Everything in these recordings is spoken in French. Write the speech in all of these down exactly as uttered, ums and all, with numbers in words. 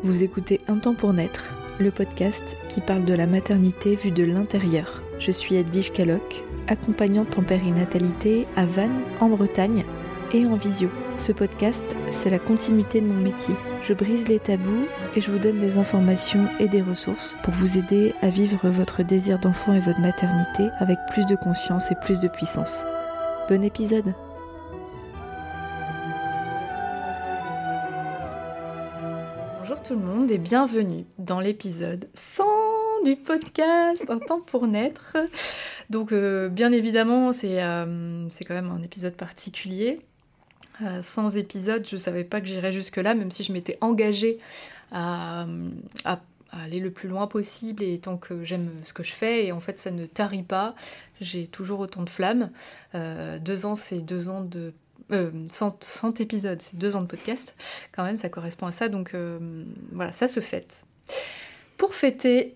Vous écoutez Un temps pour naître, le podcast qui parle de la maternité vue de l'intérieur. Je suis Edwige Caloc, accompagnante en périnatalité à Vannes, en Bretagne, et en visio. Ce podcast, c'est la continuité de mon métier. Je brise les tabous et je vous donne des informations et des ressources pour vous aider à vivre votre désir d'enfant et votre maternité avec plus de conscience et plus de puissance. Bon épisode! Bonjour tout le monde et bienvenue dans l'épisode cent du podcast Un temps pour naître. Donc euh, bien évidemment c'est, euh, c'est quand même un épisode particulier. Euh, sans épisode, je savais pas que j'irais jusque là, même si je m'étais engagée à, à, à aller le plus loin possible et tant que j'aime ce que je fais, et en fait ça ne tarit pas, j'ai toujours autant de flammes. Euh, deux ans c'est deux ans de Euh, cent, cent épisodes, c'est deux ans de podcast, quand même, ça correspond à ça, donc euh, voilà, ça se fête. Pour fêter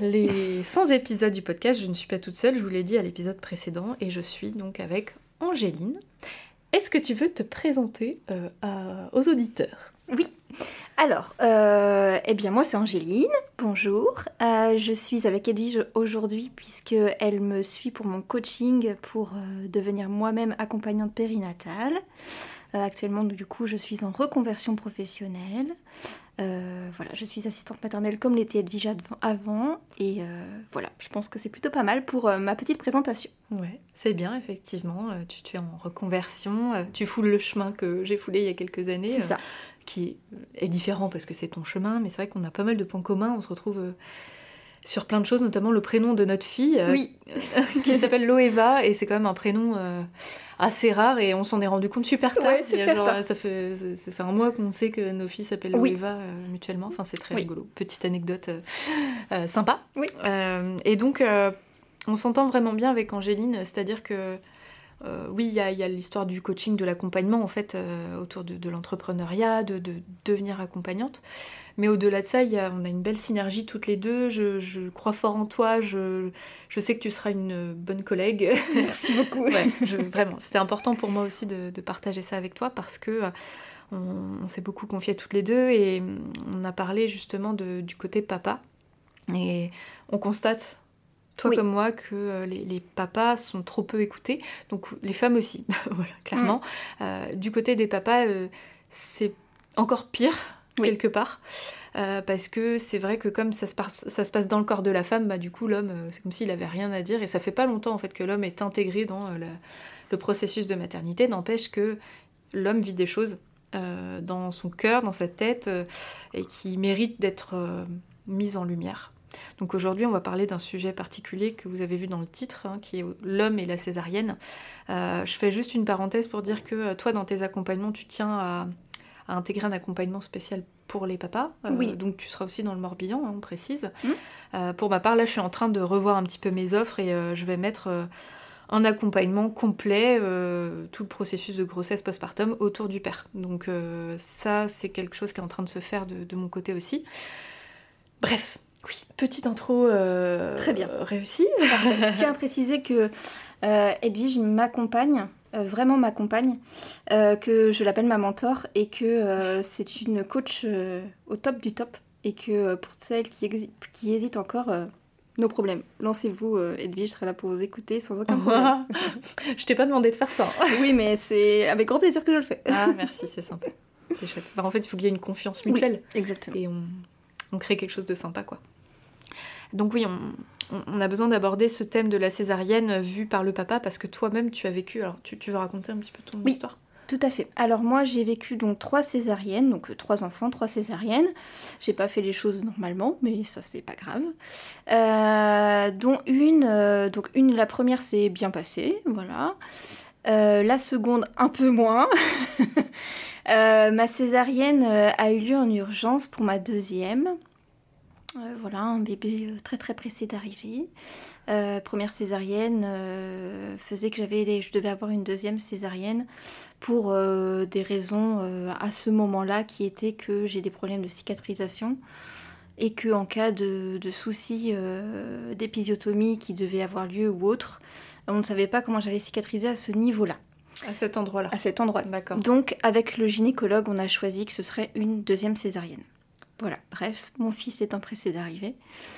les cent épisodes du podcast, je ne suis pas toute seule, je vous l'ai dit à l'épisode précédent, et je suis donc avec Angéline. Est-ce que tu veux te présenter euh, à, aux auditeurs ? Oui, alors, euh, eh bien moi c'est Angéline, bonjour, euh, je suis avec Edwige aujourd'hui puisqu'elle me suit pour mon coaching pour euh, devenir moi-même accompagnante périnatale. Euh, actuellement du coup je suis en reconversion professionnelle, euh, voilà, je suis assistante maternelle comme l'était Edwige avant et euh, voilà, je pense que c'est plutôt pas mal pour euh, ma petite présentation. Ouais, c'est bien effectivement, euh, tu, tu es en reconversion, euh, tu foules le chemin que j'ai foulé il y a quelques années. C'est ça. Euh, qui est différent parce que c'est ton chemin, mais c'est vrai qu'on a pas mal de points communs, on se retrouve euh, sur plein de choses, notamment le prénom de notre fille, euh, oui. qui s'appelle Loeva, et c'est quand même un prénom euh, assez rare, et on s'en est rendu compte super tard. Ouais, super genre, tard. Ça, fait, ça fait un mois qu'on sait que nos filles s'appellent Oui. Loeva euh, mutuellement, enfin c'est très oui. rigolo. Petite anecdote euh, euh, sympa. Oui. Euh, et donc, euh, on s'entend vraiment bien avec Angéline, c'est-à-dire que Euh, oui, il y, y a l'histoire du coaching, de l'accompagnement en fait, euh, autour de, de l'entrepreneuriat, de, de devenir accompagnante. Mais au-delà de ça, y a, on a une belle synergie toutes les deux. Je, je crois fort en toi. Je, je sais que tu seras une bonne collègue. Merci beaucoup. Ouais, je, vraiment, c'était important pour moi aussi de, de partager ça avec toi parce que euh, on, on s'est beaucoup confié toutes les deux et on a parlé justement de, du côté papa. Et on constate, toi oui. comme moi, que euh, les, les papas sont trop peu écoutés, donc les femmes aussi, voilà, clairement. Mmh. Euh, du côté des papas, euh, c'est encore pire, oui. quelque part, euh, parce que c'est vrai que comme ça se, passe, ça se passe dans le corps de la femme, bah, du coup, l'homme, euh, c'est comme s'il avait rien à dire, et ça fait pas longtemps, en fait, que l'homme est intégré dans euh, la, le processus de maternité, n'empêche que l'homme vit des choses euh, dans son cœur, dans sa tête, euh, et qui méritent d'être euh, mises en lumière. Donc aujourd'hui, on va parler d'un sujet particulier que vous avez vu dans le titre, hein, qui est l'homme et la césarienne. Euh, je fais juste une parenthèse pour dire que euh, toi, dans tes accompagnements, tu tiens à, à intégrer un accompagnement spécial pour les papas. Euh, oui. Donc tu seras aussi dans le Morbihan, hein, on précise. Mmh. Euh, pour ma part, là, je suis en train de revoir un petit peu mes offres et euh, je vais mettre euh, un accompagnement complet, euh, tout le processus de grossesse postpartum autour du père. Donc euh, ça, c'est quelque chose qui est en train de se faire de, de mon côté aussi. Bref. Oui, petite intro euh, Très bien. réussie. Je tiens à préciser que euh, Edwige m'accompagne, euh, vraiment m'accompagne, euh, que je l'appelle ma mentor et que euh, c'est une coach euh, au top du top et que euh, pour celles qui, exi- qui hésitent encore, euh, nos problèmes. Lancez-vous, euh, Edwige, je serai là pour vous écouter sans aucun problème. Je t'ai pas demandé de faire ça. Oui, mais c'est avec grand plaisir que je le fais. Ah, merci, c'est sympa. C'est chouette. Bah, en fait, il faut qu'il y ait une confiance mutuelle. Oui, exactement. Et on... on crée quelque chose de sympa, quoi. Donc oui, on, on a besoin d'aborder ce thème de la césarienne vu par le papa, parce que toi-même, tu as vécu... Alors, tu, tu veux raconter un petit peu ton oui, histoire ? Tout à fait. Alors moi, j'ai vécu donc trois césariennes, donc trois enfants, trois césariennes. J'ai pas fait les choses normalement, mais ça, c'est pas grave. Euh, dont une... Euh, donc une, la première s'est bien passée, voilà. Euh, la seconde, un peu moins. euh, ma césarienne euh, a eu lieu en urgence pour ma deuxième. Euh, voilà, un bébé euh, très très pressé d'arriver. Euh, première césarienne euh, faisait que j'avais des, je devais avoir une deuxième césarienne pour euh, des raisons euh, à ce moment-là qui étaient que j'ai des problèmes de cicatrisation et que en cas de, de soucis euh, d'épisiotomie qui devait avoir lieu ou autre, on ne savait pas comment j'allais cicatriser à ce niveau-là. À cet endroit-là. À cet endroit-là. D'accord. Donc avec le gynécologue, on a choisi que ce serait une deuxième césarienne. Voilà, bref, mon fils est empressé d'arriver.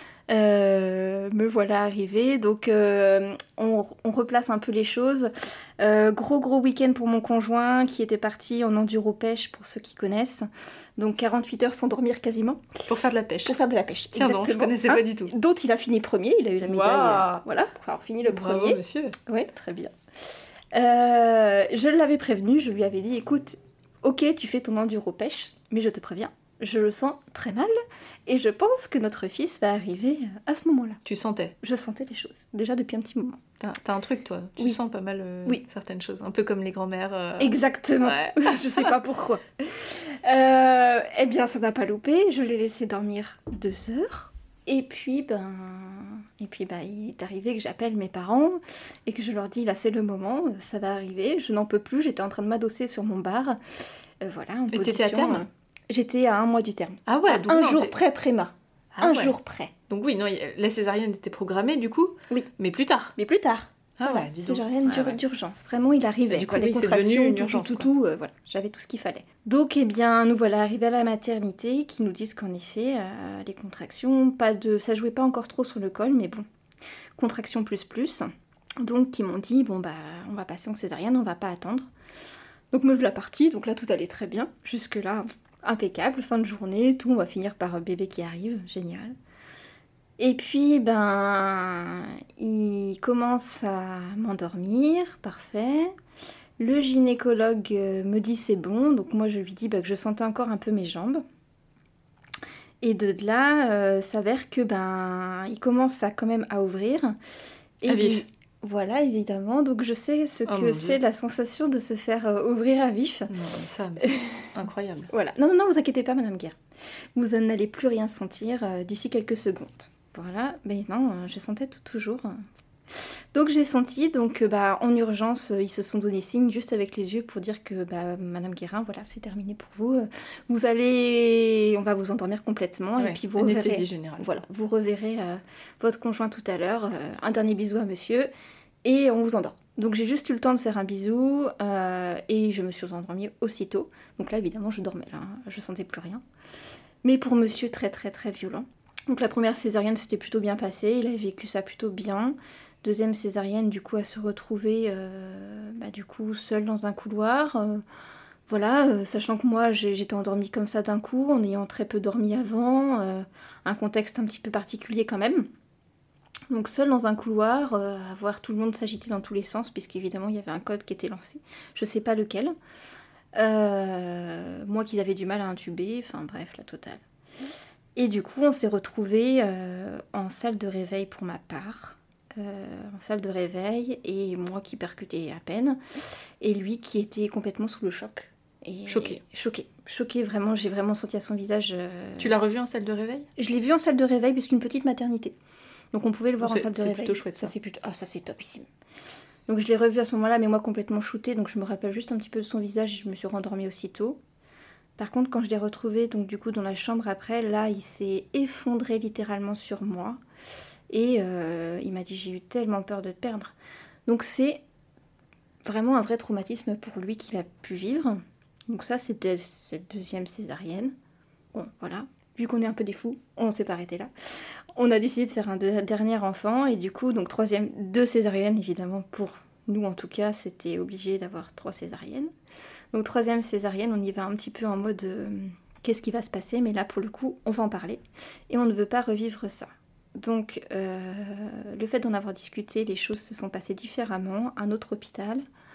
Euh, me voilà arrivée, donc euh, on, on replace un peu les choses. Euh, gros gros week-end pour mon conjoint qui était parti en enduro-pêche pour ceux qui connaissent. Donc quarante-huit heures sans dormir quasiment. Pour faire de la pêche. Pour faire de la pêche, Tiens, exactement. non, je connaissais hein pas du tout. Dont il a fini premier, il a eu la médaille. Wow. euh, voilà, pour avoir fini le Bravo, premier. monsieur. Oui, très bien. Euh, je l'avais prévenu, je lui avais dit, écoute, ok, tu fais ton enduro-pêche, mais je te préviens, je le sens très mal et je pense que notre fils va arriver à ce moment-là. Tu sentais. Je sentais les choses, déjà depuis un petit moment. T'as, t'as un truc, toi. Tu Oui. sens pas mal euh, Oui. certaines choses. Un peu comme les grands-mères. euh, Exactement. Ouais. Je sais pas pourquoi. Euh, eh bien, ça n'a pas loupé. Je l'ai laissé dormir deux heures. Et puis, ben, et puis, ben, il est arrivé que j'appelle mes parents et que je leur dis, là, c'est le moment, ça va arriver. Je n'en peux plus. J'étais en train de m'adosser sur mon bar. Euh, voilà, en Et position. t'étais à terme ? J'étais à un mois du terme. Ah ouais, À donc un non, jour t'es- près, préma. Ah un ouais. jour près. Donc oui, non, y- la césarienne était programmée du coup. Oui. Mais plus tard. Mais plus tard. Ah Voilà, ouais, dis donc. césarienne Ouais, d'ur- ouais. d'urgence. Vraiment, il arrivait. Et du quoi, coup, les oui, c'est contractions, devenu une tout, urgence, tout, quoi. tout, tout, euh, voilà, j'avais tout ce qu'il fallait. Donc, eh bien, nous voilà arrivés à la maternité, qui nous disent qu'en effet, euh, les contractions, pas de, ça jouait pas encore trop sur le col, mais bon, contractions plus plus. Donc, ils m'ont dit, bon bah, on va passer en césarienne, on va pas attendre. Donc, me voilà partie. Donc là, tout allait très bien. Jusque là, impeccable, fin de journée, tout, on va finir par un bébé qui arrive, génial. Et puis, ben, il commence à m'endormir, parfait. Le gynécologue euh, me dit c'est bon, donc moi je lui dis bah, que je sentais encore un peu mes jambes. Et de là, euh, s'avère que ben, il commence à quand même à ouvrir. Et À vif. puis, voilà, évidemment. Donc je sais ce Oh, que mon c'est Dieu. la sensation de se faire euh, ouvrir à vif. Non, mais ça, mais c'est incroyable. Voilà. Non, non, non, vous inquiétez pas, Madame Guerre. Vous n'allez plus rien sentir euh, d'ici quelques secondes. Voilà. Mais non, euh, je sentais tout toujours. Donc j'ai senti, donc euh, bah, en urgence, euh, ils se sont donné signe juste avec les yeux pour dire que bah, Madame Guérin, voilà, c'est terminé pour vous. Euh, Vous allez, on va vous endormir complètement Ouais, et puis vous anesthésie reverrez, générale. voilà, vous reverrez euh, votre conjoint tout à l'heure. Euh, un dernier bisou à Monsieur et on vous endort. Donc j'ai juste eu le temps de faire un bisou euh, et je me suis endormie aussitôt. Donc là évidemment je dormais là, hein, je sentais plus rien. Mais pour Monsieur très très très violent. Donc la première césarienne s'était plutôt bien passée, il a vécu ça plutôt bien. Deuxième césarienne, du coup, à se retrouver euh, bah, du coup, seule dans un couloir. Euh, voilà, euh, sachant que moi, j'ai- j'étais endormie comme ça d'un coup, en ayant très peu dormi avant. Euh, un contexte un petit peu particulier quand même. Donc seule dans un couloir, euh, à voir tout le monde s'agiter dans tous les sens, puisqu'évidemment, il y avait un code qui était lancé. Je sais pas lequel. Euh, moi qui avais du mal à intuber, enfin bref, la totale. Et du coup, on s'est retrouvés euh, en salle de réveil pour ma part. Euh, en salle de réveil, et moi qui percutais à peine, et lui qui était complètement sous le choc. Et Choqué. Choqué. Choqué, vraiment, j'ai vraiment senti à son visage. euh, Tu l'as revu en salle de réveil ? Je l'ai vu en salle de réveil, puisqu'une petite maternité. Donc on pouvait le voir Oh, en c'est- salle de c'est réveil. plutôt chouette, ça. c'est plutôt... Ah, ça c'est topissime. Donc je l'ai revu à ce moment-là, mais moi complètement shootée, donc je me rappelle juste un petit peu de son visage et je me suis rendormie aussitôt. Par contre, quand je l'ai retrouvé, donc du coup dans la chambre après, là il s'est effondré littéralement sur moi. Et euh, il m'a dit j'ai eu tellement peur de te perdre. Donc c'est vraiment un vrai traumatisme pour lui qu'il a pu vivre. Donc ça c'était cette deuxième césarienne. Bon voilà, vu qu'on est un peu des fous, on ne s'est pas arrêté là. On a décidé de faire un de- dernier enfant et du coup donc troisième, deux césariennes évidemment pour nous en tout cas c'était obligé d'avoir trois césariennes. Donc troisième césarienne on y va un petit peu en mode euh, qu'est-ce qui va se passer, mais là pour le coup on va en parler et on ne veut pas revivre ça. Donc, euh, le fait d'en avoir discuté, les choses se sont passées différemment. Un autre hôpital.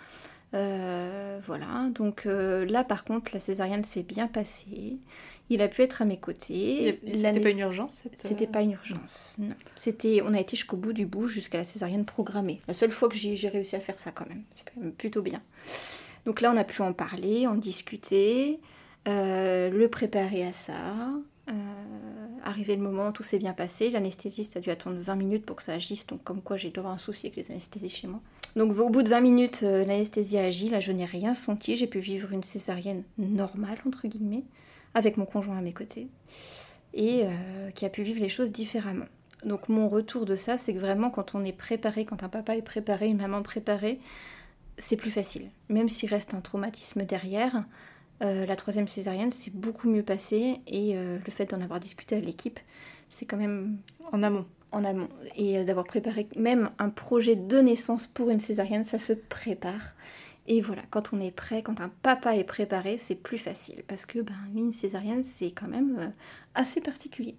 Euh, voilà. Donc euh, là, par contre, la césarienne s'est bien passée. Il a pu être à mes côtés. C'était L'anest- pas une urgence cette, euh, C'était pas une urgence. Non. C'était, on a été jusqu'au bout du bout, jusqu'à la césarienne programmée. La seule fois que j'ai, j'ai réussi à faire ça quand même. C'est quand même plutôt bien. Donc là, on a pu en parler, en discuter, euh, le préparer à ça. Euh, arrivé le moment, tout s'est bien passé. L'anesthésiste a dû attendre vingt minutes pour que ça agisse, donc comme quoi j'ai dû avoir un souci avec les anesthésies chez moi. Donc au bout de vingt minutes, euh, l'anesthésie a agi, là je n'ai rien senti, j'ai pu vivre une césarienne normale, entre guillemets, avec mon conjoint à mes côtés, et euh, qui a pu vivre les choses différemment. Donc mon retour de ça, c'est que vraiment quand on est préparé, quand un papa est préparé, une maman préparée, c'est plus facile. Même s'il reste un traumatisme derrière, Euh, la troisième césarienne, c'est beaucoup mieux passé et euh, le fait d'en avoir discuté à l'équipe, c'est quand même En amont. En amont. Et euh, d'avoir préparé même un projet de naissance pour une césarienne, ça se prépare. Et voilà, quand on est prêt, quand un papa est préparé, c'est plus facile. Parce que ben, une césarienne, c'est quand même euh, assez particulier.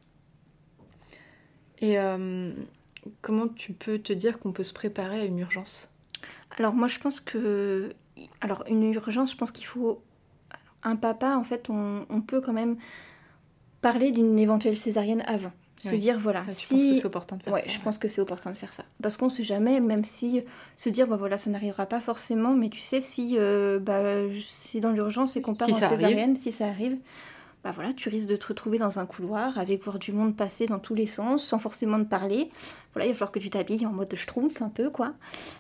Et euh, comment tu peux te dire qu'on peut se préparer à une urgence ? Alors moi, je pense que... Alors, une urgence, je pense qu'il faut... Un papa, en fait, on, on peut quand même parler d'une éventuelle césarienne avant. Se oui. dire, voilà, ouais, si... Je pense que c'est opportun de faire ouais, ça. je ouais. pense que c'est opportun de faire ça. Parce qu'on ne sait jamais, même si... Se dire, bah voilà, ça n'arrivera pas forcément, mais tu sais, si euh, bah, c'est dans l'urgence et qu'on part Si en ça césarienne, arrive. si ça arrive, bah voilà, tu risques de te retrouver dans un couloir avec voir du monde passer dans tous les sens, sans forcément te parler. Voilà, il va falloir que tu t'habilles en mode schtroumpf un peu, quoi.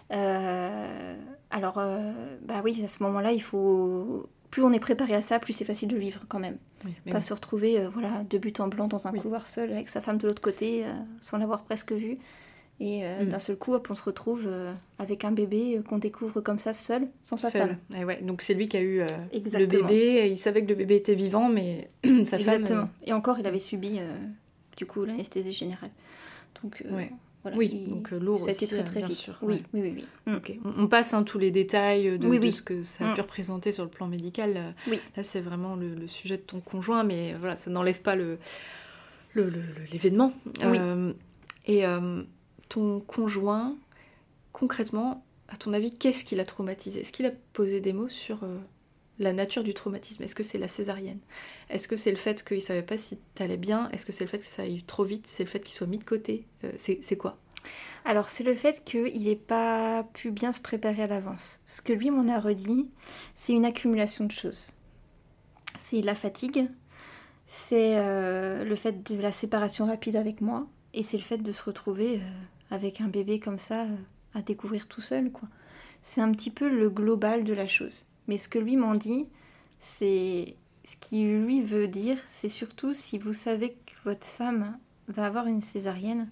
Euh... Alors, euh, bah oui, à ce moment-là, il faut... Plus on est préparé à ça, plus c'est facile de vivre quand même. Oui, mais Pas oui. se retrouver euh, voilà, de but en blanc dans un Oui. couloir seul avec sa femme de l'autre côté, euh, sans l'avoir presque vue. Et euh, Mm. d'un seul coup, hop, on se retrouve euh, avec un bébé euh, qu'on découvre comme ça, seul, sans sa Seul. femme. Et ouais, donc c'est lui qui a eu euh, le Exactement. bébé, et il savait que le bébé était vivant, mais sa Exactement. femme... euh, Et encore, il avait subi, euh, du coup, l'anesthésie générale. Donc, euh, Ouais. voilà. Oui, il- donc euh, lourd ça a été aussi, très euh, très bien vite. sûr. Oui, ouais. oui, oui, oui. Mm. Ok, on, on passe hein, tous les détails de, Oui, de oui. ce que ça a Mm. pu représenter sur le plan médical. Euh, Oui. Là, c'est vraiment le, le sujet de ton conjoint, mais voilà, ça n'enlève pas le, le, le- le- l'événement. Oui. Euh, et euh, ton conjoint, concrètement, à ton avis, qu'est-ce qui l'a traumatisé ? Est-ce qu'il a posé des mots sur euh, la nature du traumatisme ? Est-ce que c'est la césarienne ? Est-ce que c'est le fait qu'il ne savait pas si t'allais bien ? Est-ce que c'est le fait que ça aille trop vite ? C'est le fait qu'il soit mis de côté ? Euh, c'est, c'est quoi ? Alors, c'est le fait qu'il n'ait pas pu bien se préparer à l'avance. Ce que lui m'en a redit, c'est une accumulation de choses. C'est la fatigue, c'est euh, le fait de la séparation rapide avec moi, et c'est le fait de se retrouver euh, avec un bébé comme ça, euh, à découvrir tout seul, quoi. C'est un petit peu le global de la chose. Mais ce que lui m'en dit, c'est... Ce qui lui veut dire, c'est surtout si vous savez que votre femme va avoir une césarienne,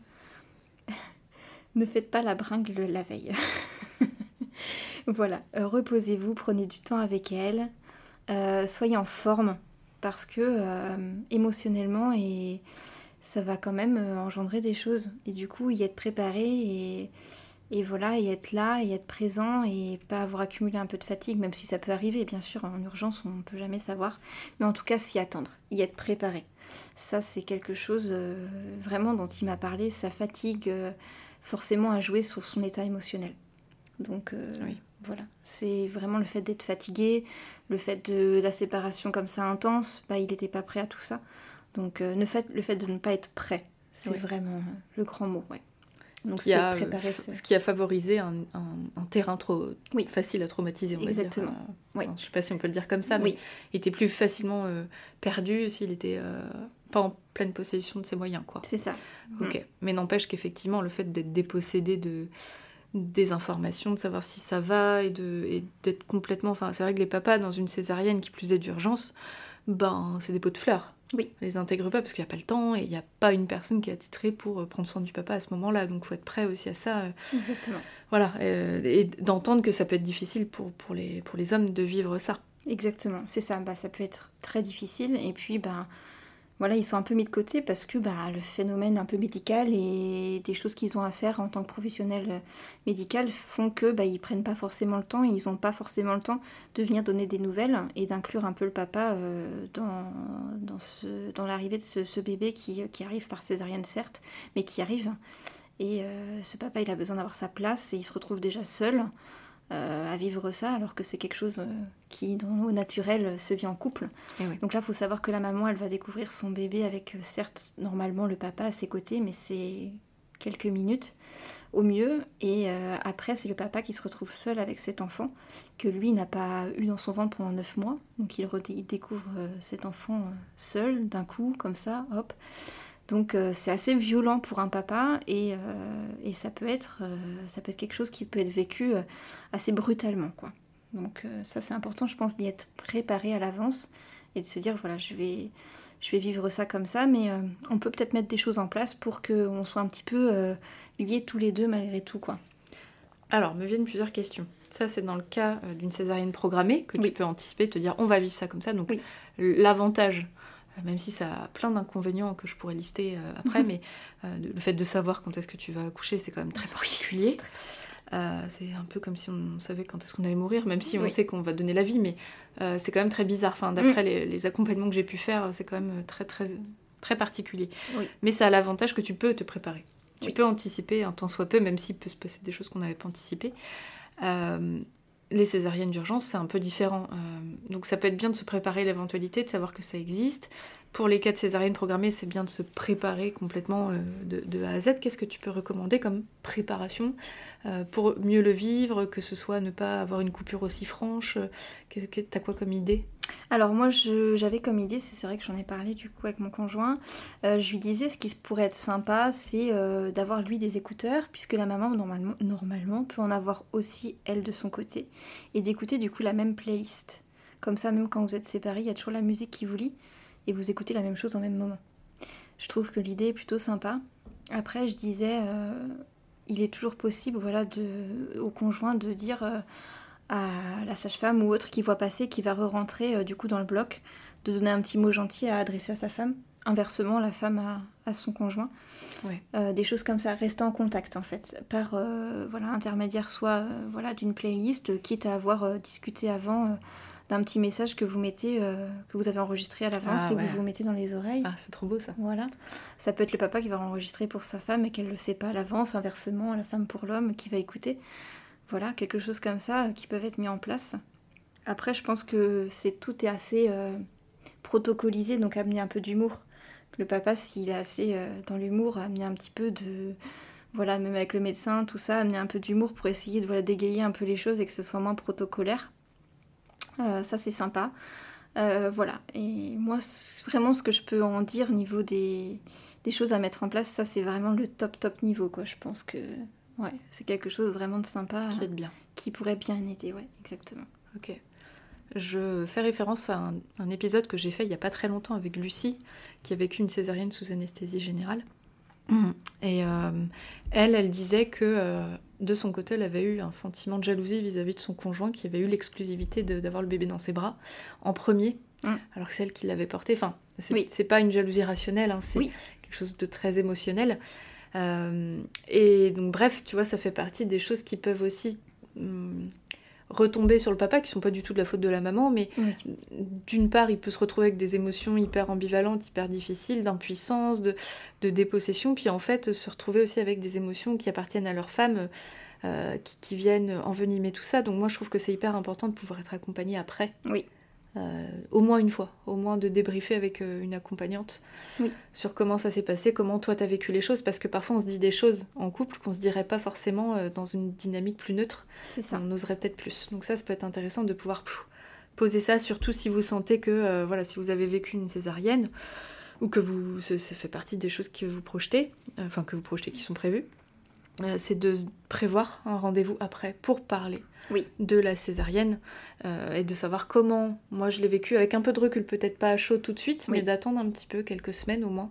ne faites pas la bringue la veille. Voilà, euh, reposez-vous, prenez du temps avec elle, euh, soyez en forme, parce que euh, émotionnellement, et ça va quand même euh, engendrer des choses. Et du coup, y être préparé, et, et voilà, y être là, et être présent, et pas avoir accumulé un peu de fatigue, même si ça peut arriver, bien sûr, en urgence, on ne peut jamais savoir. Mais en tout cas, s'y attendre, y être préparé. Ça, c'est quelque chose euh, vraiment dont il m'a parlé, sa fatigue... Euh, forcément à jouer sur son état émotionnel. Donc euh, Oui. voilà, c'est vraiment le fait d'être fatigué, le fait de la séparation comme ça intense, bah, il n'était pas prêt à tout ça. Donc euh, le, fait, le fait de ne pas être prêt, c'est oui. vraiment euh, le grand mot. Ouais. Donc ce, qui a, préparer, ce... ce qui a favorisé un, un, un terrain trop oui. facile à traumatiser, on Exactement. va dire. Euh, oui. enfin, je ne sais pas si on peut le dire comme ça, mais oui. il était plus facilement euh, perdu s'il était... Euh... pas en pleine possession de ses moyens, quoi. C'est ça. Ok. Mmh. Mais n'empêche qu'effectivement, le fait d'être dépossédé de des informations, de savoir si ça va et de et d'être complètement... Enfin, c'est vrai que les papas, dans une césarienne qui plus est d'urgence, ben, c'est des pots de fleurs. Oui. On les intègre pas parce qu'il n'y a pas le temps et il n'y a pas une personne qui est attitrée pour prendre soin du papa à ce moment-là. Donc, il faut être prêt aussi à ça. Exactement. Voilà. Euh, et d'entendre que ça peut être difficile pour, pour, les, pour les hommes de vivre ça. Exactement. C'est ça. Bah, ça peut être très difficile. Et puis, bah... Voilà, ils sont un peu mis de côté parce que bah, le phénomène un peu médical et des choses qu'ils ont à faire en tant que professionnels médicaux font que bah, ils prennent pas forcément le temps, ils n'ont pas forcément le temps de venir donner des nouvelles et d'inclure un peu le papa euh, dans, dans, ce, dans l'arrivée de ce, ce bébé qui, qui arrive par césarienne certes, mais qui arrive. Et euh, ce papa, il a besoin d'avoir sa place et il se retrouve déjà seul. Euh, à vivre ça alors que c'est quelque chose euh, qui dans, au naturel se vit en couple oui. Donc là il faut savoir que la maman elle va découvrir son bébé avec euh, certes normalement le papa à ses côtés mais c'est quelques minutes au mieux et euh, après c'est le papa qui se retrouve seul avec cet enfant que lui n'a pas eu dans son ventre pendant neuf mois donc il, re- il découvre euh, cet enfant euh, seul d'un coup comme ça hop. Donc euh, c'est assez violent pour un papa et, euh, et ça, peut être, euh, ça peut être quelque chose qui peut être vécu euh, assez brutalement, quoi. Donc euh, ça c'est important je pense d'y être préparé à l'avance et de se dire voilà je vais, je vais vivre ça comme ça mais euh, on peut peut-être mettre des choses en place pour qu'on soit un petit peu euh, liés tous les deux malgré tout, quoi. Alors, me viennent plusieurs questions. Ça, c'est dans le cas euh, d'une césarienne programmée, que oui. tu peux anticiper, te dire on va vivre ça comme ça. Donc, oui. l'avantage, même si ça a plein d'inconvénients que je pourrais lister euh, après, mais euh, le fait de savoir quand est-ce que tu vas accoucher, c'est quand même très particulier. Oui, c'est, très... euh, c'est un peu comme si on savait quand est-ce qu'on allait mourir, même si on oui. sait qu'on va donner la vie, mais euh, c'est quand même très bizarre. Enfin, d'après mm. les, les accompagnements que j'ai pu faire, c'est quand même très, très, très particulier. Oui. Mais ça a l'avantage que tu peux te préparer. Tu oui. peux anticiper un tant soit peu, même s'il peut se passer des choses qu'on n'avait pas anticipées. Euh, les césariennes d'urgence, c'est un peu différent. Euh, donc ça peut être bien de se préparer à l'éventualité, de savoir que ça existe. Pour les cas de césarienne programmée, c'est bien de se préparer complètement euh, de, de A à Z. Qu'est-ce que tu peux recommander comme préparation euh, pour mieux le vivre, que ce soit ne pas avoir une coupure aussi franche? T'as quoi comme idée? Alors moi je, j'avais comme idée, c'est, c'est vrai que j'en ai parlé du coup avec mon conjoint, euh, je lui disais ce qui pourrait être sympa c'est euh, d'avoir lui des écouteurs, puisque la maman normalement, normalement peut en avoir aussi elle de son côté, et d'écouter du coup la même playlist. Comme ça même quand vous êtes séparés, il y a toujours la musique qui vous lie, et vous écoutez la même chose au même moment. Je trouve que l'idée est plutôt sympa. Après je disais, euh, il est toujours possible voilà, de, au conjoint de dire... Euh, à la sage-femme ou autre qui voit passer, qui va re-rentrer euh, du coup dans le bloc, de donner un petit mot gentil à adresser à sa femme. Inversement, la femme à, à son conjoint. Ouais. Euh, des choses comme ça, rester en contact en fait, par euh, voilà, intermédiaire soit euh, voilà, d'une playlist, quitte à avoir euh, discuté avant euh, d'un petit message que vous mettez, euh, que vous avez enregistré à l'avance ah, et ouais. que vous vous mettez dans les oreilles. Ah, c'est trop beau ça. Voilà. Ça peut être le papa qui va enregistrer pour sa femme et qu'elle ne le sait pas à l'avance, inversement, la femme pour l'homme qui va écouter. Voilà, quelque chose comme ça euh, qui peuvent être mis en place. Après, je pense que c'est, tout est assez euh, protocolisé, donc amener un peu d'humour. Le papa, s'il est assez euh, dans l'humour, amener un petit peu de... Voilà, même avec le médecin, tout ça, amener un peu d'humour pour essayer de voilà, dégayer un peu les choses et que ce soit moins protocolaire. Euh, ça, c'est sympa. Euh, voilà. Et moi, vraiment, ce que je peux en dire au niveau des, des choses à mettre en place, ça, c'est vraiment le top, top niveau, quoi. Je pense que... Ouais, c'est quelque chose vraiment de sympa. Qui aide bien. Qui pourrait bien aider, ouais, exactement. Ok. Je fais référence à un, un épisode que j'ai fait il n'y a pas très longtemps avec Lucie, qui a vécu une césarienne sous anesthésie générale. Mmh. Et euh, elle, elle disait que euh, de son côté, elle avait eu un sentiment de jalousie vis-à-vis de son conjoint, qui avait eu l'exclusivité de, d'avoir le bébé dans ses bras en premier, mmh. alors que c'est elle qui l'avait porté. Enfin, c'est, oui. c'est pas une jalousie rationnelle, hein, c'est oui. quelque chose de très émotionnel. Euh, et donc bref, tu vois, ça fait partie des choses qui peuvent aussi hum, retomber sur le papa, qui sont pas du tout de la faute de la maman, mais oui. d'une part, il peut se retrouver avec des émotions hyper ambivalentes, hyper difficiles, d'impuissance, de, de dépossession, puis en fait se retrouver aussi avec des émotions qui appartiennent à leur femme, euh, qui, qui viennent envenimer tout ça. Donc moi, je trouve que c'est hyper important de pouvoir être accompagné après. Oui. Euh, au moins une fois, au moins de débriefer avec euh, une accompagnante oui. sur comment ça s'est passé, comment toi t'as vécu les choses, parce que parfois on se dit des choses en couple qu'on se dirait pas forcément euh, dans une dynamique plus neutre. C'est ça. On oserait peut-être plus. Donc ça, ça peut être intéressant de pouvoir pff, poser ça, surtout si vous sentez que, euh, voilà, si vous avez vécu une césarienne, ou que vous, ça, ça fait partie des choses que vous projetez, euh, enfin que vous projetez, qui sont prévues, euh, c'est de prévoir un rendez-vous après pour parler oui. de la césarienne euh, et de savoir comment, moi je l'ai vécu avec un peu de recul, peut-être pas à chaud tout de suite, oui. mais d'attendre un petit peu, quelques semaines au moins,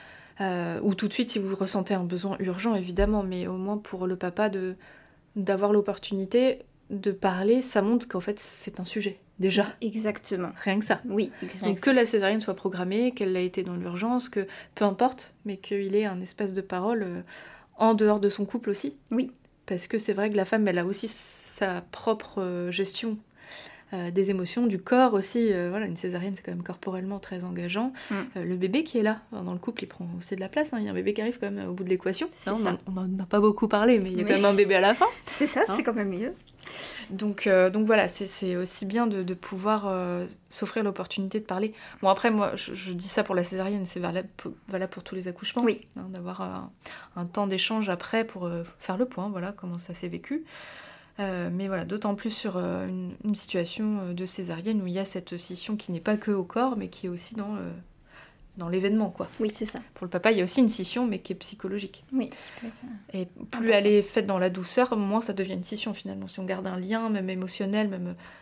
euh, ou tout de suite si vous ressentez un besoin urgent évidemment, mais au moins pour le papa de, d'avoir l'opportunité de parler, ça montre qu'en fait c'est un sujet, déjà. Exactement. Rien que ça. Oui. Donc que, que la césarienne soit programmée, qu'elle a été dans l'urgence, que peu importe, mais qu'il ait un espace de parole euh, en dehors de son couple aussi. Oui. Parce que c'est vrai que la femme, elle a aussi sa propre euh, gestion euh, des émotions, du corps aussi. Euh, voilà, une césarienne, c'est quand même corporellement très engageant. Mm. Euh, le bébé qui est là, dans le couple, il prend aussi de la place. Hein. Il y a un bébé qui arrive quand même au bout de l'équation. C'est non, ça. On n'en a pas beaucoup parlé, mais il y a mais... quand même un bébé à la fin. C'est ça, hein. C'est quand même mieux. Donc, euh, donc voilà, c'est, c'est aussi bien de, de pouvoir euh, s'offrir l'opportunité de parler. Bon, après, moi, je, je dis ça pour la césarienne, c'est valable pour, valable pour tous les accouchements. Oui. Hein, d'avoir un, un temps d'échange après pour euh, faire le point, voilà, comment ça s'est vécu. Euh, mais voilà, d'autant plus sur euh, une, une situation de césarienne où il y a cette scission qui n'est pas que au corps, mais qui est aussi dans, euh, dans l'événement, quoi. Oui, c'est ça. Pour le papa, il y a aussi une scission, mais qui est psychologique. Oui. Et plus elle est faite dans la douceur, moins ça devient une scission, finalement. Si on garde un lien, même émotionnel, même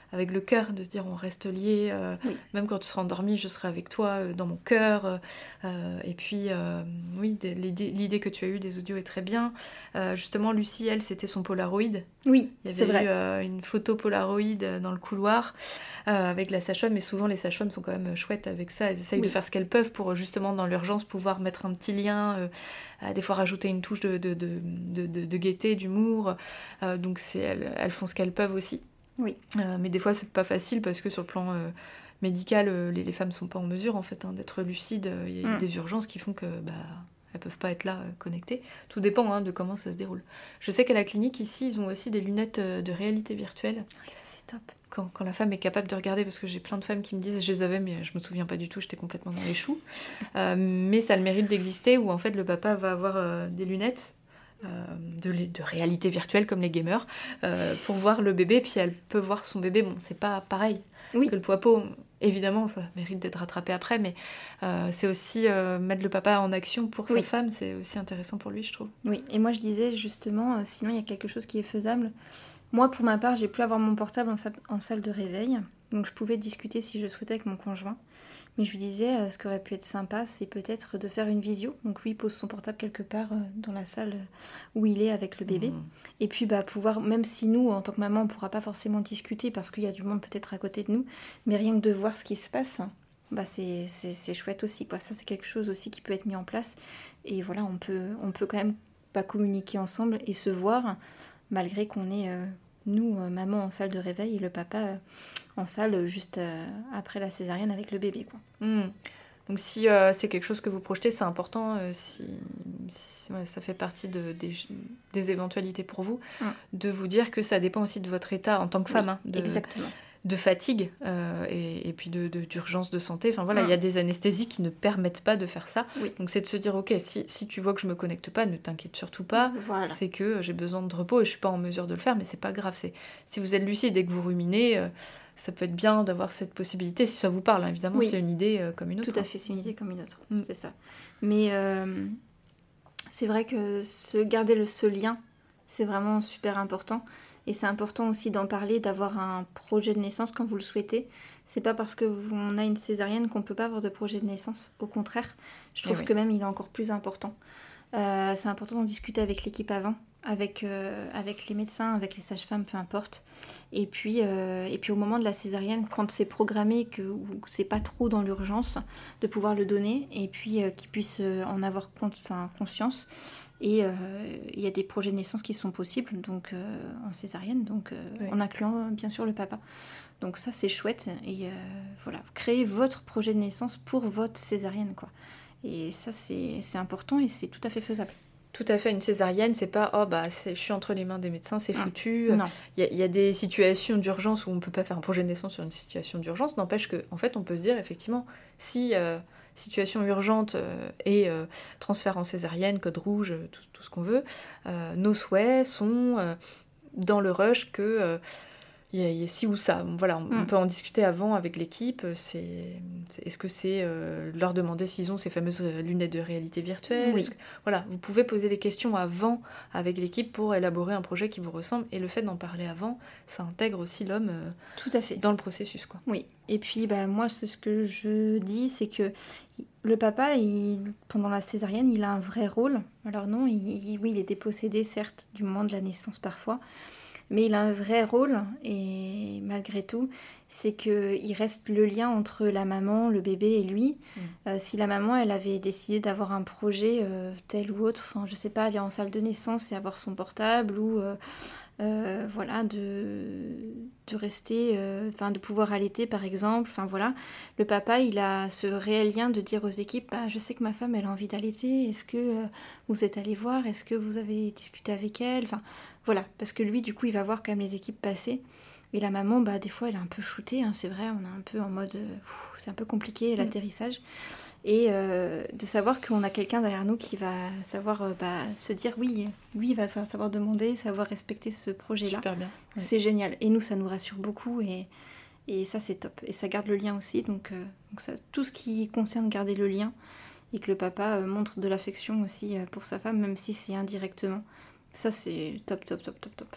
avec le cœur, de se dire on reste liés, euh, Oui. même quand tu seras endormi, je serai avec toi euh, dans mon cœur. Euh, et puis, euh, oui, de- l'idée, l'idée que tu as eue des audios est très bien. Euh, justement, Lucie, elle, c'était son Polaroid. Oui, Il y c'est avait vrai. eu euh, une photo Polaroid euh, dans le couloir euh, avec la sage-femme, mais souvent les sages-femmes sont quand même chouettes avec ça. Elles essayent Oui. de faire ce qu'elles peuvent pour justement dans l'urgence pouvoir mettre un petit lien, euh, euh, des fois rajouter une touche de, de, de, de, de- de gaieté, d'humour. Euh, donc c'est, elles, elles font ce qu'elles peuvent aussi. Oui. Euh, mais des fois c'est pas facile parce que sur le plan euh, médical, euh, les, les femmes sont pas en mesure en fait hein, d'être lucides. Il y a Mm. des urgences qui font que bah, elles peuvent pas être là euh, connectées. Tout dépend hein, de comment ça se déroule. Je sais qu'à la clinique ici, ils ont aussi des lunettes euh, de réalité virtuelle. Oui, ça c'est top. Quand, quand la femme est capable de regarder, parce que j'ai plein de femmes qui me disent je les avais mais je me souviens pas du tout, j'étais complètement dans les choux. Euh, mais ça a le mérite d'exister où en fait le papa va avoir euh, des lunettes euh, de, de réalité virtuelle comme les gamers euh, pour voir le bébé, puis elle peut voir son bébé. Bon, c'est pas pareil Oui. que le poids-pot, évidemment ça mérite d'être rattrapé après, mais euh, c'est aussi euh, mettre le papa en action pour Oui. sa femme, c'est aussi intéressant pour lui je trouve. Oui, et moi je disais justement, euh, sinon il y a quelque chose qui est faisable. Moi pour ma part, j'ai pu avoir mon portable en, sa- en salle de réveil, donc je pouvais discuter si je souhaitais avec mon conjoint. Mais je lui disais, euh, ce qui aurait pu être sympa, c'est peut-être de faire une visio. Donc lui il pose son portable quelque part euh, dans la salle euh, où il est avec le bébé. Mmh. Et puis bah pouvoir, même si nous, en tant que maman, on ne pourra pas forcément discuter parce qu'il y a du monde peut-être à côté de nous, mais rien que de voir ce qui se passe, bah c'est, c'est, c'est chouette aussi, quoi. Ça c'est quelque chose aussi qui peut être mis en place. Et voilà, on peut, on peut quand même pas communiquer ensemble et se voir, malgré qu'on est, euh, nous, euh, maman en salle de réveil et le papa euh, en salle euh, juste euh, après la césarienne avec le bébé, quoi. Mmh. Donc si euh, c'est quelque chose que vous projetez, c'est important, euh, si, si ouais, ça fait partie de, des, des éventualités pour vous, Mm. de vous dire que ça dépend aussi de votre état en tant que femme, Oui, hein, de, exactement. de fatigue euh, et, et puis de, de- d'urgence de santé. Enfin voilà, il Mm. y a des anesthésies qui ne permettent pas de faire ça. Oui. Donc c'est de se dire, ok, si, si tu vois que je me connecte pas, ne t'inquiète surtout pas. Voilà. C'est que j'ai besoin de repos et je suis pas en mesure de le faire, mais c'est pas grave. C'est, si vous êtes lucide et que vous ruminez, euh, ça peut être bien d'avoir cette possibilité, si ça vous parle, hein. Évidemment, Oui. c'est une idée euh, comme une autre. Tout à hein. fait, c'est une idée comme une autre, Mm. c'est ça. Mais euh, c'est vrai que se garder le, ce lien, c'est vraiment super important. Et c'est important aussi d'en parler, d'avoir un projet de naissance quand vous le souhaitez. C'est pas parce qu'on a une césarienne qu'on peut pas avoir de projet de naissance. Au contraire, je trouve Eh oui. que même il est encore plus important. Euh, c'est important d'en discuter avec l'équipe avant, avec, euh, avec les médecins, avec les sages-femmes, peu importe. Et puis, euh, et puis au moment de la césarienne, quand c'est programmé, que ou que c'est pas trop dans l'urgence, de pouvoir le donner et puis euh, qu'ils puissent euh, en avoir con- enfin, conscience. Et euh, il y a des projets de naissance qui sont possibles donc euh, en césarienne, donc euh, Oui. en incluant euh, bien sûr le papa. Donc ça c'est chouette et euh, voilà, créez votre projet de naissance pour votre césarienne quoi. Et ça c'est, c'est important et c'est tout à fait faisable. Tout à fait, une césarienne, c'est pas oh bah c'est, je suis entre les mains des médecins, c'est Ah, foutu. Non, Il y, a- il y a des situations d'urgence où on peut pas faire un projet de naissance sur une situation d'urgence. N'empêche que en fait on peut se dire effectivement si euh, situation urgente euh, et euh, transfert en césarienne, code rouge, euh, tout, tout ce qu'on veut, euh, nos souhaits sont euh, dans le rush que euh, il y, a- il y a ci ou ça. Bon, voilà, on, Mm. on peut en discuter avant avec l'équipe. C'est, c'est- est-ce que c'est euh, leur demander s'ils ont ces fameuses euh, lunettes de réalité virtuelle? Oui. Est-ce que- Voilà, vous pouvez poser les questions avant avec l'équipe pour élaborer un projet qui vous ressemble. Et le fait d'en parler avant, ça intègre aussi l'homme euh, tout à fait. dans le processus, quoi. Oui, et puis bah, moi, c'est ce que je dis, c'est que le papa, il, pendant la césarienne, il a un vrai rôle. Alors non, il, il- oui, il est dépossédé, certes, du moment de la naissance parfois, mais il a un vrai rôle, et malgré tout, c'est qu'il reste le lien entre la maman, le bébé et lui. Mm. Euh, si la maman, elle avait décidé d'avoir un projet euh, tel ou autre, enfin, je sais pas, aller en salle de naissance et avoir son portable, ou... euh, Euh, voilà, de, de rester, euh, enfin de pouvoir allaiter par exemple, enfin voilà, le papa il a ce réel lien de dire aux équipes, bah, je sais que ma femme elle a envie d'allaiter, est-ce que euh, vous êtes allé voir, est-ce que vous avez discuté avec elle, enfin voilà, parce que lui du coup il va voir quand même les équipes passer, et la maman bah des fois elle est un peu shootée, hein, c'est vrai, on est un peu en mode, euh, pff, c'est un peu compliqué l'atterrissage. Et euh, de savoir qu'on a quelqu'un derrière nous qui va savoir euh, bah, se dire oui, lui il va fa- savoir demander, savoir respecter ce projet-là. Super bien. Ouais. C'est génial. Et nous, ça nous rassure beaucoup et, et ça, c'est top. Et ça garde le lien aussi. Donc, euh, donc ça, tout ce qui concerne garder le lien et que le papa euh, montre de l'affection aussi euh, pour sa femme, même si c'est indirectement, ça, c'est top, top, top, top, top.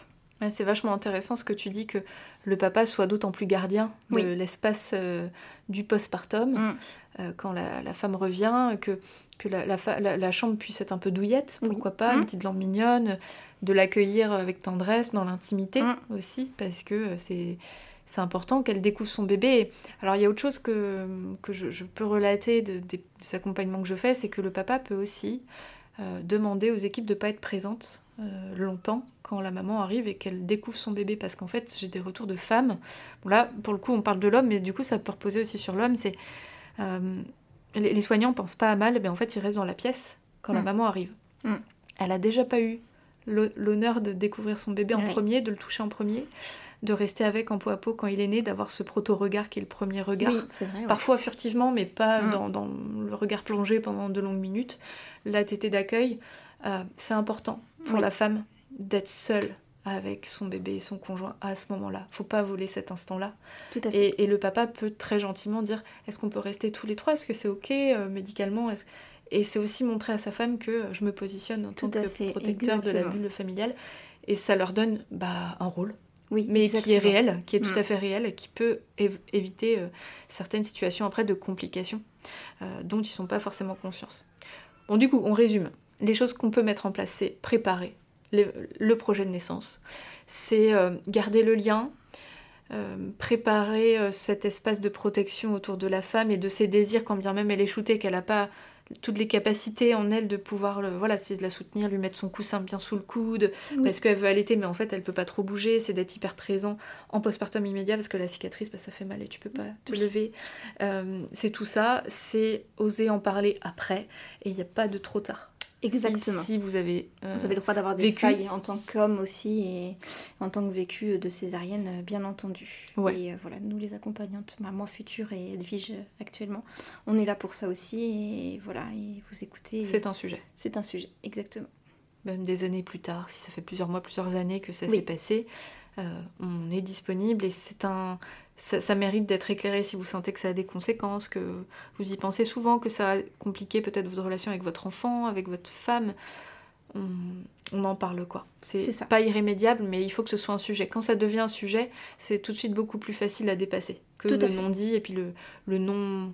Ouais, c'est vachement intéressant ce que tu dis, que le papa soit d'autant plus gardien de Oui. l'espace euh, du postpartum, Mm. euh, quand la, la femme revient, que, que la, la, fa- la- la chambre puisse être un peu douillette, Oui. pourquoi pas, Mm. une petite lampe mignonne, de l'accueillir avec tendresse, dans l'intimité Mm. aussi, parce que euh, c'est... C'est important qu'elle découvre son bébé. Alors, il y a autre chose que, que je, je peux relater de, des, des accompagnements que je fais, c'est que le papa peut aussi euh, demander aux équipes de ne pas être présentes euh, longtemps quand la maman arrive et qu'elle découvre son bébé. Parce qu'en fait, j'ai des retours de femmes. Bon, là, pour le coup, on parle de l'homme, mais du coup, ça peut reposer aussi sur l'homme. C'est euh, les, les soignants pensent pas à mal, mais en fait, ils restent dans la pièce quand mm. la maman arrive. Mm. Elle a déjà pas eu l'honneur de découvrir son bébé en oui. premier, de le toucher en premier, de rester avec en peau à peau quand il est né, d'avoir ce proto-regard qui est le premier regard. Oui, c'est vrai, ouais. Parfois furtivement, mais pas mm. dans, dans le regard plongé pendant de longues minutes. La tétée d'accueil, euh, c'est important pour oui. la femme d'être seule avec son bébé et son conjoint à ce moment-là. Faut pas voler cet instant-là. Tout à fait. Et, et le papa peut très gentiment dire « Est-ce qu'on peut rester tous les trois ? Est-ce que c'est ok euh, médicalement ? Est-ce... » Et c'est aussi montrer à sa femme que je me positionne en tant que fait. protecteur Exactement. de la bulle familiale. Et ça leur donne bah, un rôle. Oui, mais exactement. qui est réel, qui est tout mmh. à fait réel, et qui peut év- éviter euh, certaines situations après de complications euh, dont ils ne sont pas forcément conscients. Bon, du coup, on résume. Les choses qu'on peut mettre en place, c'est préparer les, le projet de naissance, c'est euh, garder le lien, euh, préparer euh, cet espace de protection autour de la femme et de ses désirs, quand bien même elle est shootée, qu'elle n'a pas toutes les capacités en elle de pouvoir le, voilà, c'est de la soutenir, lui mettre son coussin bien sous le coude, oui. parce qu'elle veut allaiter, mais en fait elle peut pas trop bouger, c'est d'être hyper présent en postpartum immédiat, parce que la cicatrice, bah, ça fait mal et tu peux pas te oui. lever. Euh, c'est tout ça, c'est oser en parler après, et il n'y a pas de trop tard. Exactement. Si, si vous avez euh, Vous avez le droit d'avoir des vécu. failles en tant qu'homme aussi, et en tant que vécu de césarienne, bien entendu. Ouais. Et euh, voilà, nous les accompagnantes, bah, moi future et Edwige actuellement, on est là pour ça aussi, et voilà, et vous écoutez. C'est un sujet. C'est un sujet, exactement. Même des années plus tard, si ça fait plusieurs mois, plusieurs années que ça oui. s'est passé, euh, on est disponible, et c'est un... Ça, ça mérite d'être éclairé si vous sentez que ça a des conséquences, que vous y pensez souvent, que ça a compliqué peut-être votre relation avec votre enfant, avec votre femme. On, on en parle, quoi. C'est, c'est ça. Pas irrémédiable, mais il faut que ce soit un sujet. Quand ça devient un sujet, c'est tout de suite beaucoup plus facile à dépasser que tout le non-dit et puis le, le, non,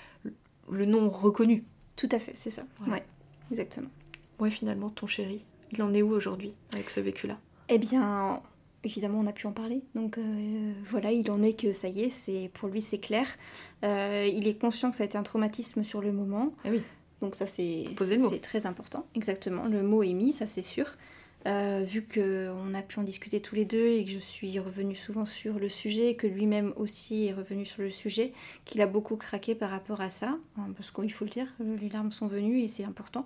le non reconnu. Tout à fait, c'est ça. Voilà. Ouais, exactement. Ouais, finalement, ton chéri, il en est où aujourd'hui avec ce vécu-là ? Eh bien... Évidemment, on a pu en parler, donc euh, voilà, il en est que ça y est, c'est, pour lui c'est clair. Euh, il est conscient que ça a été un traumatisme sur le moment, eh oui. donc ça c'est, c'est, c'est très important, exactement, le mot est mis, ça c'est sûr. Euh, vu qu'on a pu en discuter tous les deux et que je suis revenue souvent sur le sujet, que lui-même aussi est revenu sur le sujet, qu'il a beaucoup craqué par rapport à ça, hein, parce qu'il faut le dire, les larmes sont venues et c'est important.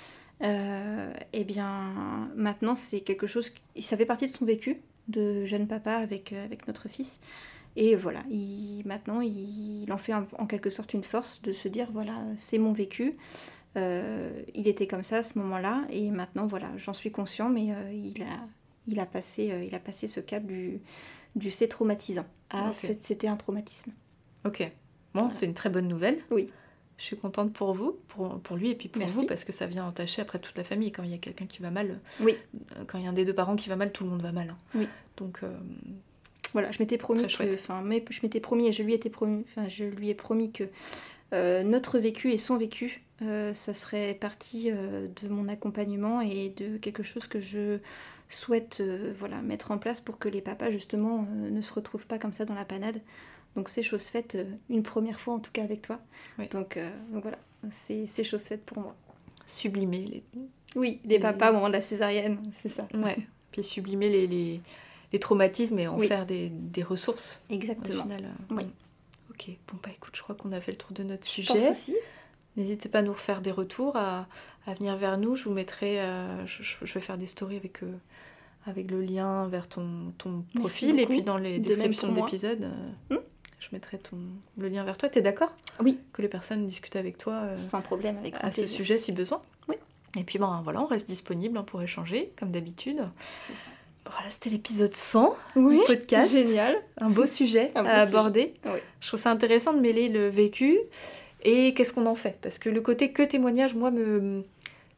Euh, et bien maintenant c'est quelque chose, qui, ça fait partie de son vécu, de jeune papa avec, euh, avec notre fils, et voilà, il, maintenant il, il en fait un, en quelque sorte une force de se dire voilà, c'est mon vécu, euh, il était comme ça à ce moment-là, et maintenant voilà, j'en suis conscient, mais euh, il, a, il, a passé, euh, il a passé ce cap du, du c'est traumatisant à okay. c'est, c'était un traumatisme. Ok, bon, voilà. C'est une très bonne nouvelle. Oui. Je suis contente pour vous, pour, pour lui et puis pour Merci. vous, parce que ça vient entacher après toute la famille. Quand il y a quelqu'un qui va mal, oui. quand il y a un des deux parents qui va mal, tout le monde va mal. Hein. Oui. Donc euh, voilà, je m'étais promis que, enfin, mais je m'étais promis et je lui étais promis, enfin, je lui ai promis que euh, notre vécu et son vécu, euh, ça serait partie euh, de mon accompagnement et de quelque chose que je souhaite, euh, voilà, mettre en place pour que les papas justement euh, ne se retrouvent pas comme ça dans la panade. Donc c'est chose faite euh, une première fois en tout cas avec toi. Oui. Donc, euh, donc voilà, c'est, c'est chose faite pour moi. Sublimer les... Oui, les, les... papas au moment de la césarienne, c'est ça. Ouais, puis sublimer les, les, les traumatismes et en oui. faire des, des ressources. Exactement. Au final, euh... oui. Ok, bon bah écoute, je crois qu'on a fait le tour de notre je sujet. Pense aussi. N'hésitez pas à nous refaire des retours, à, à venir vers nous. Je vous mettrai, euh, je, je vais faire des stories avec... Euh, avec le lien vers ton, ton profil, et puis dans les de descriptions d'épisodes, euh, hmm je mettrai ton, le lien vers toi. T'es d'accord ? Oui. Que les personnes discutent avec toi euh, sans problème, avec à ce sujet si besoin. Oui. Et puis ben, voilà, on reste disponible hein, pour échanger, comme d'habitude. C'est ça. Bon, voilà, c'était l'épisode cent oui, du podcast. Génial. Un beau sujet Un beau à aborder. Oui. Je trouve ça intéressant de mêler le vécu et qu'est-ce qu'on en fait. Parce que le côté que témoignage, moi, me...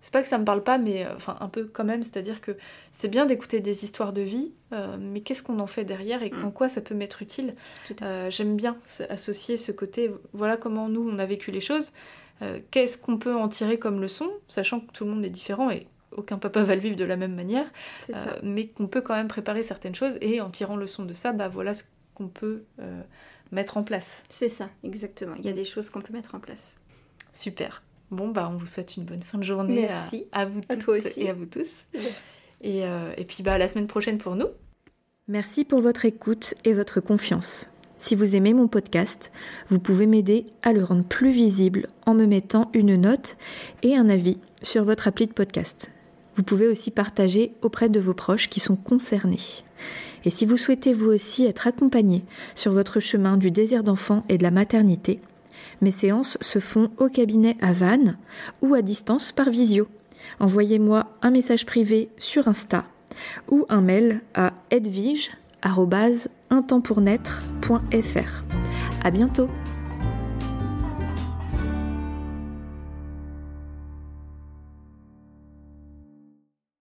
c'est pas que ça me parle pas, mais euh, enfin un peu quand même, c'est-à-dire que c'est bien d'écouter des histoires de vie, euh, mais qu'est-ce qu'on en fait derrière et mmh. en quoi ça peut m'être utile. euh, J'aime bien associer ce côté, voilà comment nous on a vécu les choses, euh, qu'est-ce qu'on peut en tirer comme leçon, sachant que tout le monde est différent et aucun papa va le vivre de la même manière, euh, mais qu'on peut quand même préparer certaines choses et en tirant leçon de ça, bah voilà ce qu'on peut euh, mettre en place. C'est ça, exactement. Il y a des choses qu'on peut mettre en place. Super. Bon, bah, on vous souhaite une bonne fin de journée. Merci. À, à vous toutes à toi aussi. Et à vous tous. Merci. Et, euh, et puis, bah, à la semaine prochaine pour nous. Merci pour votre écoute et votre confiance. Si vous aimez mon podcast, vous pouvez m'aider à le rendre plus visible en me mettant une note et un avis sur votre appli de podcast. Vous pouvez aussi partager auprès de vos proches qui sont concernés. Et si vous souhaitez vous aussi être accompagné sur votre chemin du désir d'enfant et de la maternité, mes séances se font au cabinet à Vannes ou à distance par visio. Envoyez-moi un message privé sur Insta ou un mail à edwige arobase un temps pour naître point f r. À bientôt!